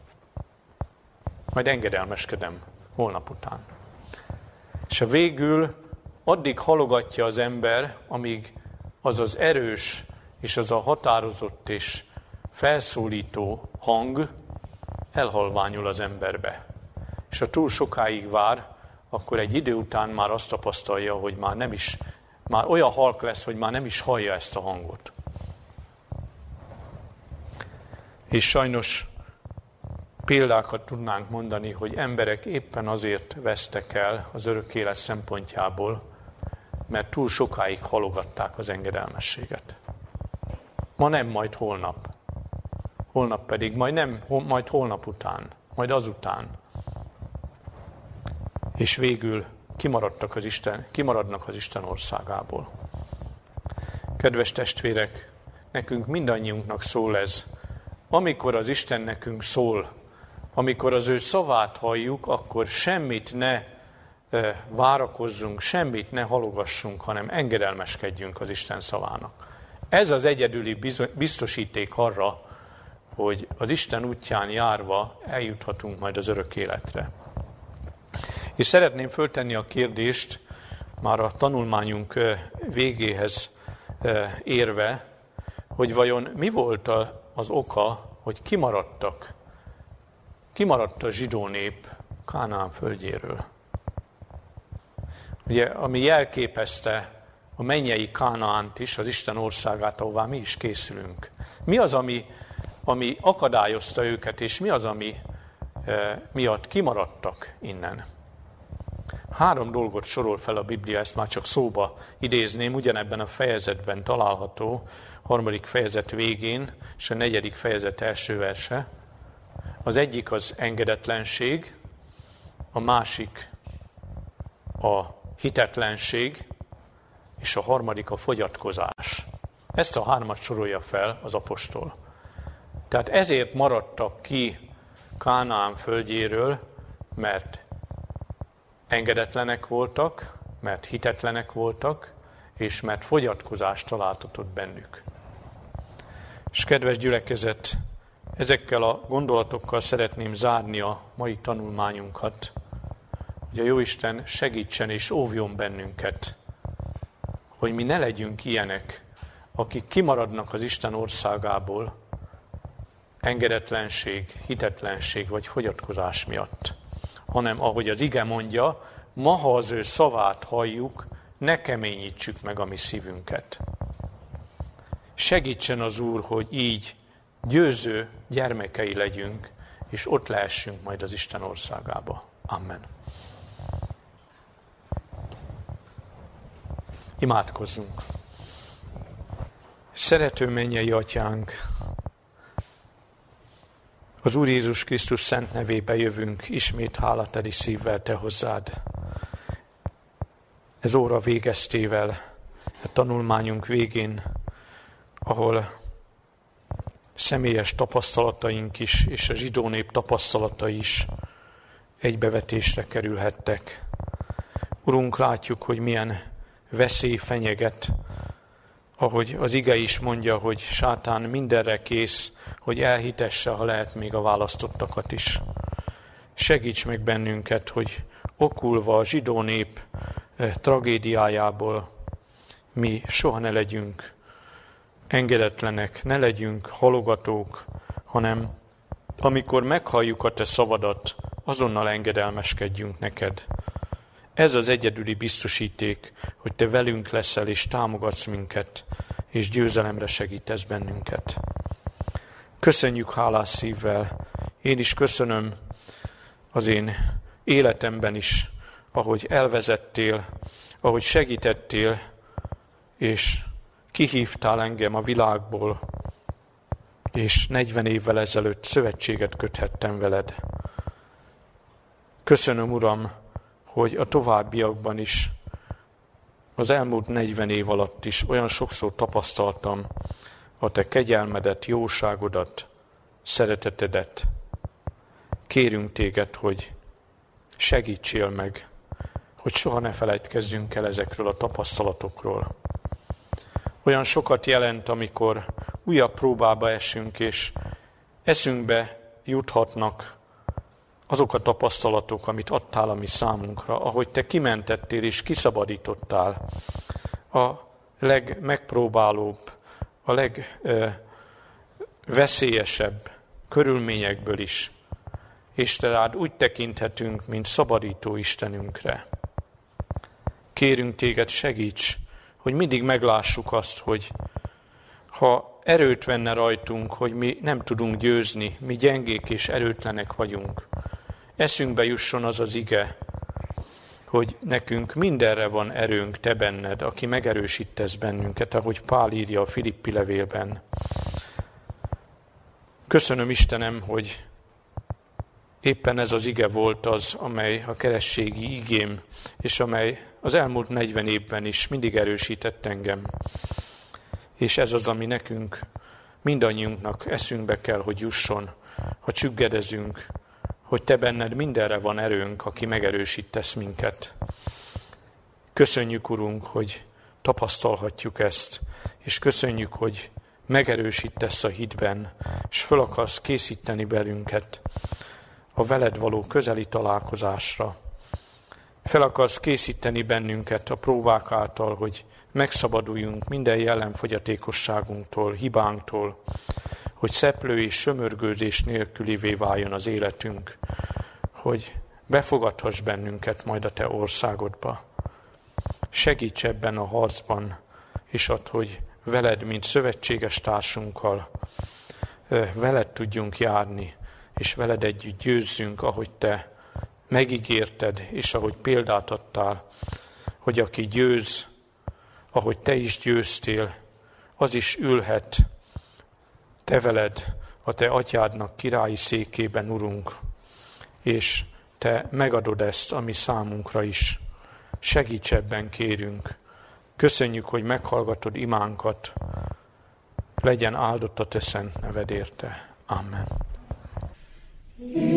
Majd engedelmeskedem holnap után. És a végül addig halogatja az ember, amíg az az erős és az a határozott és felszólító hang elhalványul az emberbe. És ha túl sokáig vár, akkor egy idő után már azt tapasztalja, hogy már nem is, már olyan halk lesz, hogy már nem is hallja ezt a hangot. És sajnos példákat tudnánk mondani, hogy emberek éppen azért vesztek el az örök élet szempontjából, mert túl sokáig halogatták az engedelmességet. Ma nem, majd holnap. Holnap pedig majd nem, majd holnap után, majd azután. És végül kimaradtak az Isten, kimaradnak az Isten országából. Kedves testvérek, nekünk mindannyiunknak szól ez. Amikor az Isten nekünk szól, amikor az ő szavát halljuk, akkor semmit ne e, várakozzunk, semmit ne halogassunk, hanem engedelmeskedjünk az Isten szavának. Ez az egyedüli biztosíték arra, hogy az Isten útján járva eljuthatunk majd az örök életre. És szeretném föltenni a kérdést, már a tanulmányunk végéhez érve, hogy vajon mi volt az oka, hogy kimaradtak, kimaradt a zsidó nép Kánaán földjéről. Ugye, ami jelképezte a mennyei Kánaánt is, az Isten országát, ahová mi is készülünk. Mi az, ami, ami akadályozta őket, és mi az, ami e, miatt kimaradtak innen? Három dolgot sorol fel a Biblia, ezt már csak szóba idézném, ugyanebben a fejezetben található, harmadik fejezet végén, és a negyedik fejezet első verse. Az egyik az engedetlenség, a másik a hitetlenség, és a harmadik a fogyatkozás. Ezt a hármat sorolja fel az apostol. Tehát ezért maradtak ki Kánaán földjéről, mert engedetlenek voltak, mert hitetlenek voltak, és mert fogyatkozást találtatott bennük. És kedves gyülekezet, ezekkel a gondolatokkal szeretném zárni a mai tanulmányunkat, hogy a Jóisten segítsen és óvjon bennünket, hogy mi ne legyünk ilyenek, akik kimaradnak az Isten országából engedetlenség, hitetlenség vagy fogyatkozás miatt, hanem ahogy az ige mondja, ma, ha az ő szavát halljuk, ne keményítsük meg a mi szívünket. Segítsen az Úr, hogy így győző gyermekei legyünk, és ott lehessünk majd az Isten országába. Amen. Imádkozzunk. Szerető mennyei Atyánk, az Úr Jézus Krisztus szent nevébe jövünk ismét háláteli szívvel Te hozzád. Ez óra végeztével, a tanulmányunk végén, ahol személyes tapasztalataink is, és a zsidó nép tapasztalatai is egybevetésre kerülhettek. Urunk, látjuk, hogy milyen veszély fenyeget ahogy az ige is mondja, hogy sátán mindenre kész, hogy elhitesse, ha lehet, még a választottakat is. Segíts meg bennünket, hogy okulva a zsidó nép tragédiájából mi soha ne legyünk engedetlenek, ne legyünk halogatók, hanem amikor meghalljuk a te szavadat, azonnal engedelmeskedjünk neked. Ez az egyedüli biztosíték, hogy te velünk leszel és támogatsz minket, és győzelemre segítesz bennünket. Köszönjük hálás szívvel. Én is köszönöm az én életemben is, ahogy elvezettél, ahogy segítettél, és kihívtál engem a világból, és negyven évvel ezelőtt szövetséget köthettem veled. Köszönöm, Uram, hogy a továbbiakban is, az elmúlt negyven év alatt is olyan sokszor tapasztaltam a te kegyelmedet, jóságodat, szeretetedet. Kérünk téged, hogy segítsél meg, hogy soha ne felejtkezzünk el ezekről a tapasztalatokról. Olyan sokat jelent, amikor újabb próbába esünk, és eszünkbe juthatnak azok a tapasztalatok, amit adtál a mi számunkra, ahogy te kimentettél és kiszabadítottál a legmegpróbálóbb, a legveszélyesebb körülményekből is, és te rád úgy tekinthetünk, mint szabadító Istenünkre. Kérünk téged, segíts, hogy mindig meglássuk azt, hogy ha erőt venne rajtunk, hogy mi nem tudunk győzni, mi gyengék és erőtlenek vagyunk, eszünkbe jusson az az ige, hogy nekünk mindenre van erőnk te benned, aki megerősítesz bennünket, ahogy Pál írja a Filippi levélben. Köszönöm, Istenem, hogy éppen ez az ige volt az, amely a kerességi igém, és amely az elmúlt negyven évben is mindig erősített engem. És ez az, ami nekünk, mindannyiunknak eszünkbe kell, hogy jusson, ha csüggedezünk, hogy te benned mindenre van erőnk, aki megerősítesz minket. Köszönjük, Urunk, hogy tapasztalhatjuk ezt, és köszönjük, hogy megerősítesz a hitben, és föl akarsz készíteni belünket a veled való közeli találkozásra. Fel akarsz készíteni bennünket a próbák által, hogy megszabaduljunk minden jellemfogyatékosságunktól, hibánktól, hogy szeplő és sömörgőzés nélkülivé váljon az életünk, hogy befogadhass bennünket majd a te országodba. Segíts ebben a harcban, és add, hogy veled, mint szövetséges társunkkal, veled tudjunk járni, és veled együtt győzzünk, ahogy te megígérted, és ahogy példát adtál, hogy aki győz, ahogy te is győztél, az is ülhet te veled a te atyádnak királyi székében, Urunk, és te megadod ezt, ami számunkra is. Segíts ebben, kérünk. Köszönjük, hogy meghallgatod imánkat. Legyen áldott a te szent neved érte. Amen.